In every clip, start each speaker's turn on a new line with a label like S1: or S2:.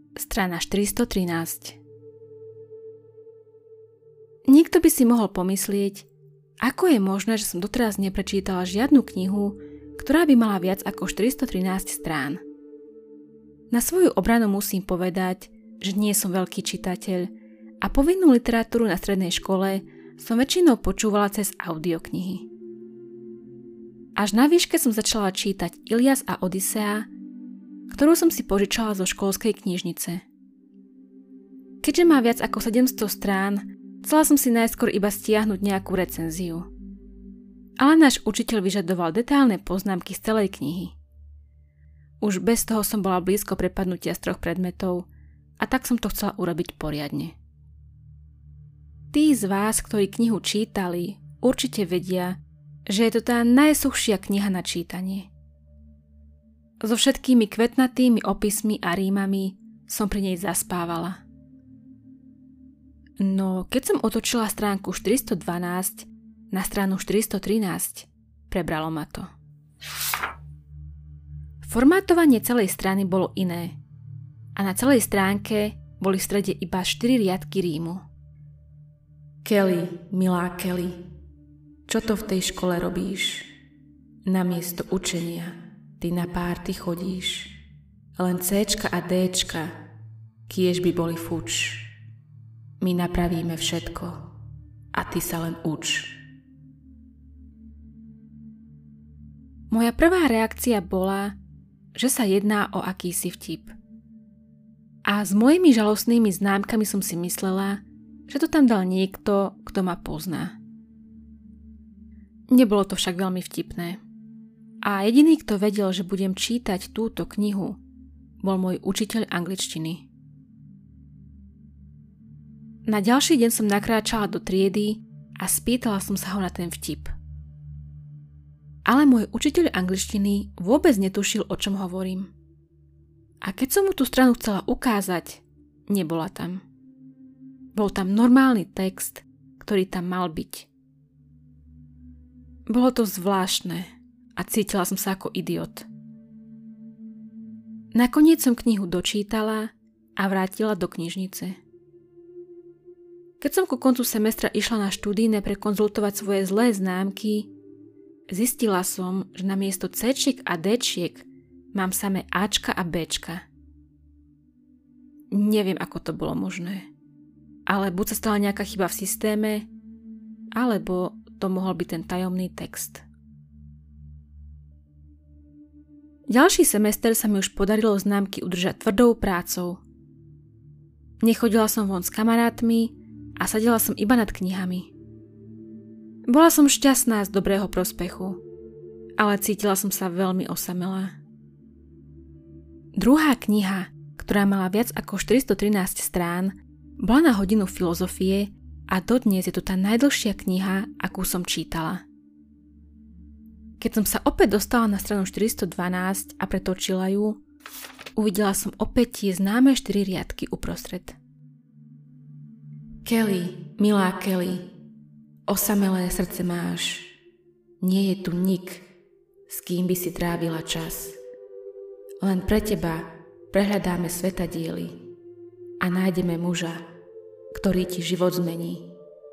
S1: Strana 413. Niekto by si mohol pomyslieť, ako je možné, že som doteraz neprečítala žiadnu knihu, ktorá by mala viac ako 413 strán. Na svoju obranu musím povedať, že nie som veľký čitateľ a povinnú literatúru na strednej škole som väčšinou počúvala cez audioknihy. Až na výške som začala čítať Ilias a Odysea, ktorú som si požičala zo školskej knižnice. Keďže má viac ako 700 strán, chcela som si najskôr iba stiahnuť nejakú recenziu. Ale náš učiteľ vyžadoval detailné poznámky z celej knihy. Už bez toho som bola blízko prepadnutia z 3 predmetov a tak som to chcela urobiť poriadne. Tí z vás, ktorí knihu čítali, určite vedia, že je to tá najsuchšia kniha na čítanie. So všetkými kvetnatými opismi a rímami som pri nej zaspávala. No, keď som otočila stránku 412 na stranu 413, prebralo ma to. Formátovanie celej strany bolo iné a na celej stránke boli v strede iba 4 riadky rímu. Kelly, milá Kelly, čo to v tej škole robíš? Namiesto učenia, ty na párty chodíš. Len Cčka a Dčka, kiež by boli fuč. My napravíme všetko a ty sa len uč. Moja prvá reakcia bola, že sa jedná o akýsi vtip. A s mojimi žalostnými známkami som si myslela, že to tam dal niekto, kto ma pozná. Nebolo to však veľmi vtipné. A jediný, kto vedel, že budem čítať túto knihu, bol môj učiteľ angličtiny. Na ďalší deň som nakráčala do triedy a spýtala som sa ho na ten vtip. Ale môj učiteľ angličtiny vôbec netušil, o čom hovorím. A keď som mu tú stranu chcela ukázať, nebola tam. Bol tam normálny text, ktorý tam mal byť. Bolo to zvláštne a cítila som sa ako idiot. Nakoniec som knihu dočítala a vrátila do knižnice. Keď som ku koncu semestra išla na študijné prekonzultovať svoje zlé známky, zistila som, že namiesto C-čiek a D-čiek mám samé Ačka a Bčka. Neviem, ako to bolo možné. Ale buď sa stala nejaká chyba v systéme, alebo to mohol byť ten tajomný text. Ďalší semester sa mi už podarilo známky udržať tvrdou prácou. Nechodila som von s kamarátmi a sadila som iba nad knihami. Bola som šťastná z dobrého prospechu, ale cítila som sa veľmi osamelá. Druhá kniha, ktorá mala viac ako 413 strán, bola na hodinu filozofie a dodnes je to tá najdlhšia kniha, akú som čítala. Keď som sa opäť dostala na stranu 412 a pretočila ju, uvidela som opäť tie známe 4 riadky uprostred. Kelly, milá Kelly, osamelé srdce máš. Nie je tu nik, s kým by si trávila čas. Len pre teba prehľadáme svetadiely a nájdeme muža, ktorý ti život zmení.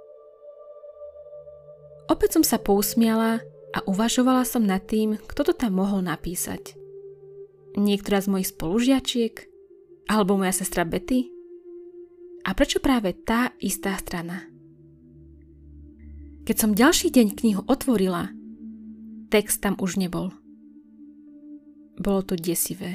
S1: Opäť som sa pousmiala a uvažovala som nad tým, kto to tam mohol napísať. Niektorá z mojich spolužiačiek? Alebo moja sestra Betty? A prečo práve tá istá strana? Keď som ďalší deň knihu otvorila, text tam už nebol. Bolo to desivé.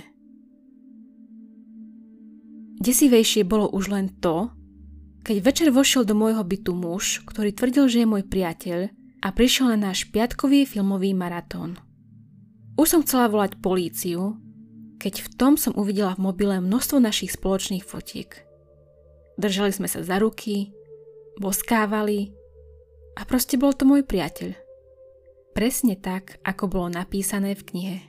S1: Desivejšie bolo už len to, keď večer vošiel do môjho bytu muž, ktorý tvrdil, že je môj priateľ a prišiel na náš piatkový filmový maratón. Už som chcela volať políciu, keď v tom som uvidela v mobile množstvo našich spoločných fotiek. Držali sme sa za ruky, boskávali a proste bol to môj priateľ. Presne tak, ako bolo napísané v knihe.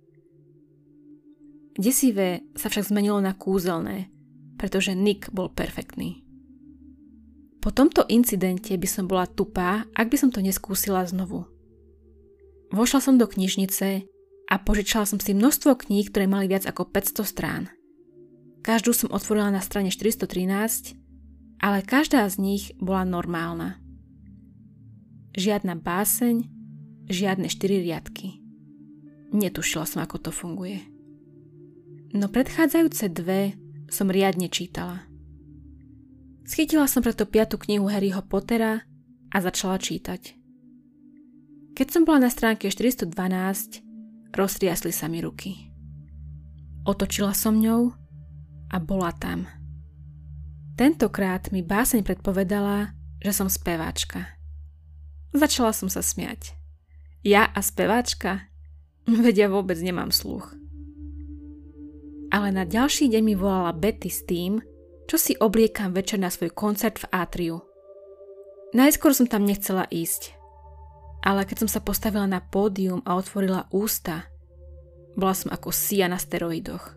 S1: Desivé sa však zmenilo na kúzelné, pretože Nick bol perfektný. Po tomto incidente by som bola tupá, ak by som to neskúsila znovu. Vošla som do knižnice a požičala som si množstvo kníh, ktoré mali viac ako 500 strán. Každú som otvorila na strane 413, ale každá z nich bola normálna. Žiadna báseň, žiadne 4 riadky. Netušila som, ako to funguje. No predchádzajúce 2 som riadne čítala. Schytila som preto 5. knihu Harryho Pottera a začala čítať. Keď som bola na stránke 412, roztriasli sa mi ruky. Otočila som ňou a bola tam. Tentokrát mi báseň predpovedala, že som speváčka. Začala som sa smiať. Ja a speváčka? Veď ja vôbec nemám sluch. Ale na ďalší deň mi volala Betty s tým, čo si obliekam večer na svoj koncert v Atriu. Najskôr som tam nechcela ísť, ale keď som sa postavila na pódium a otvorila ústa, bola som ako Sia na steroidoch.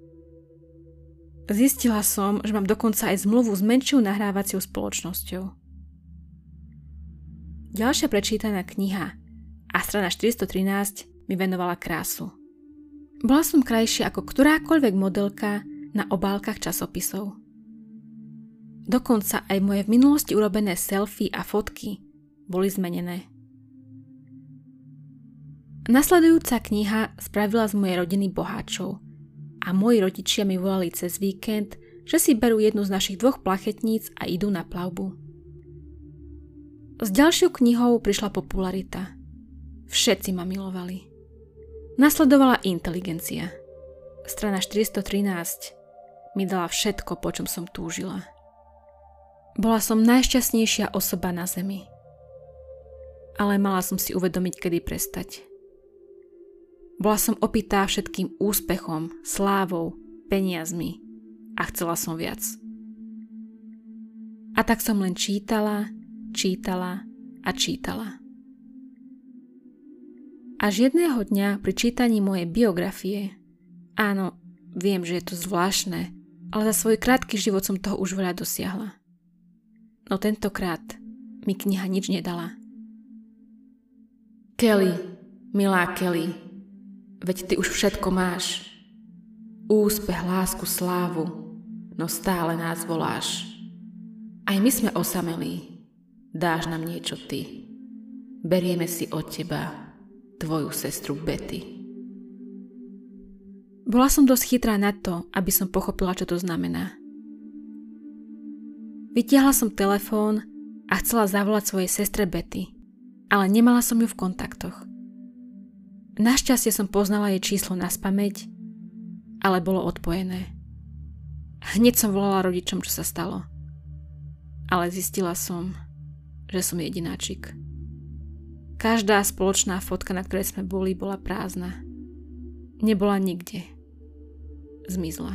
S1: Zistila som, že mám dokonca aj zmluvu s menšou nahrávacou spoločnosťou. Ďalšia prečítaná kniha a strana 413 mi venovala krásu. Bola som krajšia ako ktorákoľvek modelka na obálkach časopisov. Dokonca aj moje v minulosti urobené selfie a fotky boli zmenené. Nasledujúca kniha spravila z mojej rodiny boháčov a moji rodičia mi volali cez víkend, že si berú jednu z našich 2 plachetníc a idú na plavbu. S ďalšou knihou prišla popularita. Všetci ma milovali. Nasledovala inteligencia. Strana 413 mi dala všetko, po čom som túžila. Bola som najšťastnejšia osoba na zemi. Ale mala som si uvedomiť, kedy prestať. Bola som opytá všetkým úspechom, slávou, peniazmi a chcela som viac. A tak som len čítala a čítala. Až jedného dňa pri čítaní mojej biografie, áno, viem, že je to zvláštne, ale za svoj krátky život som toho už veľa dosiahla. No tentokrát mi kniha nič nedala. Kelly, milá Kelly, veď ty už všetko máš. Úspech, lásku, slávu, no stále nás voláš. Aj my sme osamelí, dáš nám niečo ty. Berieme si od teba tvoju sestru Betty. Bola som dosť chytrá na to, aby som pochopila, čo to znamená. Vytiahla som telefón a chcela zavolať svojej sestre Betty, ale nemala som ju v kontaktoch. Našťastie som poznala jej číslo naspamäť, ale bolo odpojené. Hneď som volala rodičom, čo sa stalo. Ale zistila som, že som jedináčik. Každá spoločná fotka, na ktorej sme boli, bola prázdna. Nebola nikde. Zmizla.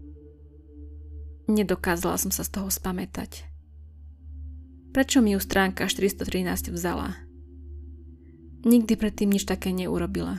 S1: Nedokázala som sa z toho spamätať. Prečo mi ju stránka 413 vzala? Nikdy predtým nič také neurobila.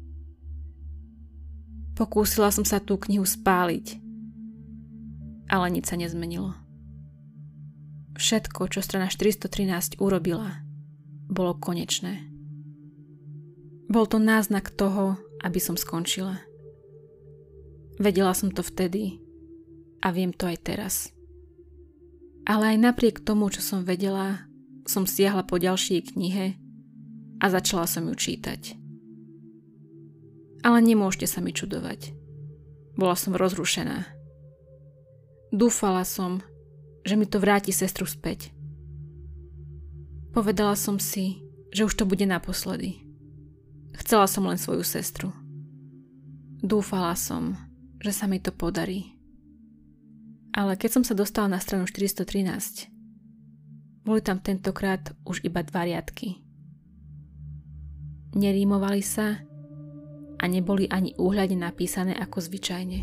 S1: Pokúsila som sa tú knihu spáliť, ale nič sa nezmenilo. Všetko, čo strana 413 urobila, bolo konečné. Bol to náznak toho, aby som skončila. Vedela som to vtedy a viem to aj teraz. Ale aj napriek tomu, čo som vedela, som siahla po ďalšej knihe a začala som ju čítať. Ale nemôžete sa mi čudovať. Bola som rozrušená. Dúfala som, že mi to vráti sestru späť. Povedala som si, že už to bude naposledy. Chcela som len svoju sestru. Dúfala som, že sa mi to podarí. Ale keď som sa dostala na stranu 413, boli tam tentokrát už iba 2 riadky. Nerímovali sa a neboli ani úhľadne napísané ako zvyčajne.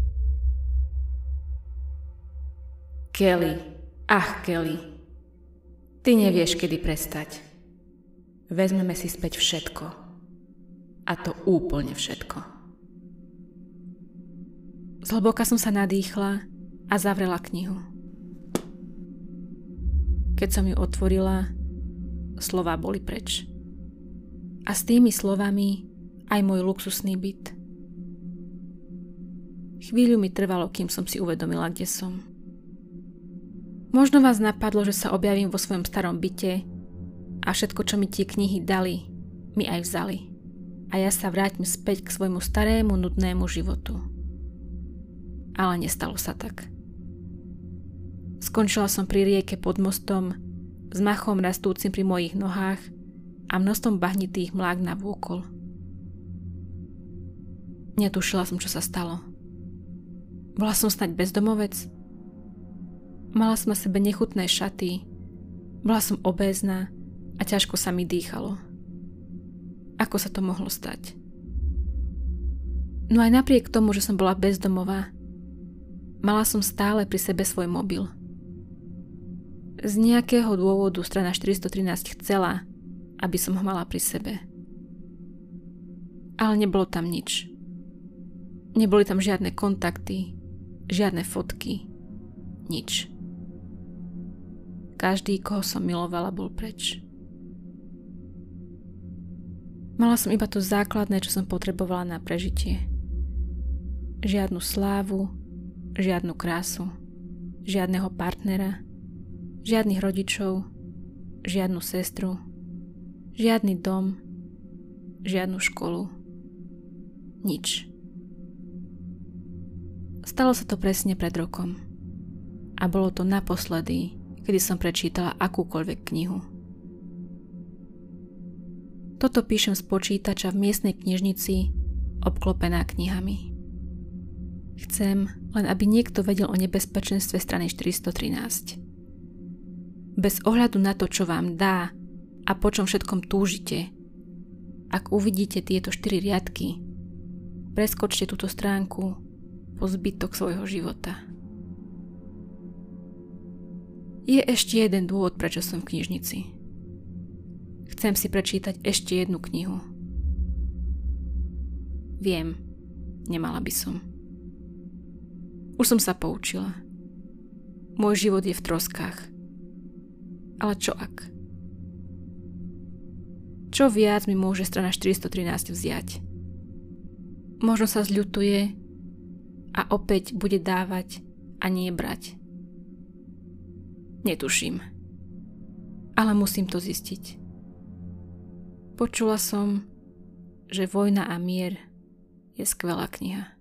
S1: Kelly, Kelly, ty nevieš, kedy prestať. Vezmeme si späť všetko. A to úplne všetko. Zhlboka som sa nadýchla a zavrela knihu. Keď som ju otvorila, slová boli preč. A s tými slovami aj môj luxusný byt. Chvíľu mi trvalo, kým som si uvedomila, kde som. Možno vás napadlo, že sa objavím vo svojom starom byte a všetko, čo mi tie knihy dali, mi aj vzali. A ja sa vrátim späť k svojmu starému, nudnému životu. Ale nestalo sa tak. Skončila som pri rieke pod mostom, s machom rastúcim pri mojich nohách a množstvom bahnitých mlák navôkol. Netušila som, čo sa stalo. Bola som snáď bezdomovec? Mala som na sebe nechutné šaty, bola som obézna a ťažko sa mi dýchalo. Ako sa to mohlo stať? No aj napriek tomu, že som bola bezdomová, mala som stále pri sebe svoj mobil. Z nejakého dôvodu strana 413 chcela, aby som ho mala pri sebe. Ale nebolo tam nič. Neboli tam žiadne kontakty, žiadne fotky, nič. Každý, koho som milovala, bol preč. Mala som iba to základné, čo som potrebovala na prežitie. Žiadnu slávu, žiadnu krásu, žiadneho partnera, žiadnych rodičov, žiadnu sestru, žiadny dom, žiadnu školu, nič. Stalo sa to presne pred rokom. A bolo to naposledy, kedy som prečítala akúkoľvek knihu. Toto píšem z počítača v miestnej knižnici, obklopená knihami. Chcem len, aby niekto vedel o nebezpečenstve strany 413. Bez ohľadu na to, čo vám dá a po čom všetkom túžite, ak uvidíte tieto 4 riadky, preskočte túto stránku po zbytok svojho života. Je ešte jeden dôvod, prečo som v knižnici. Chcem si prečítať ešte jednu knihu. Viem, nemala by som. Už som sa poučila. Môj život je v troskách. Ale čo ak? Čo viac mi môže strana 413 vziať? Možno sa zľutuje a opäť bude dávať a nie brať. Netuším. Ale musím to zistiť. Počula som, že Vojna a mier je skvelá kniha.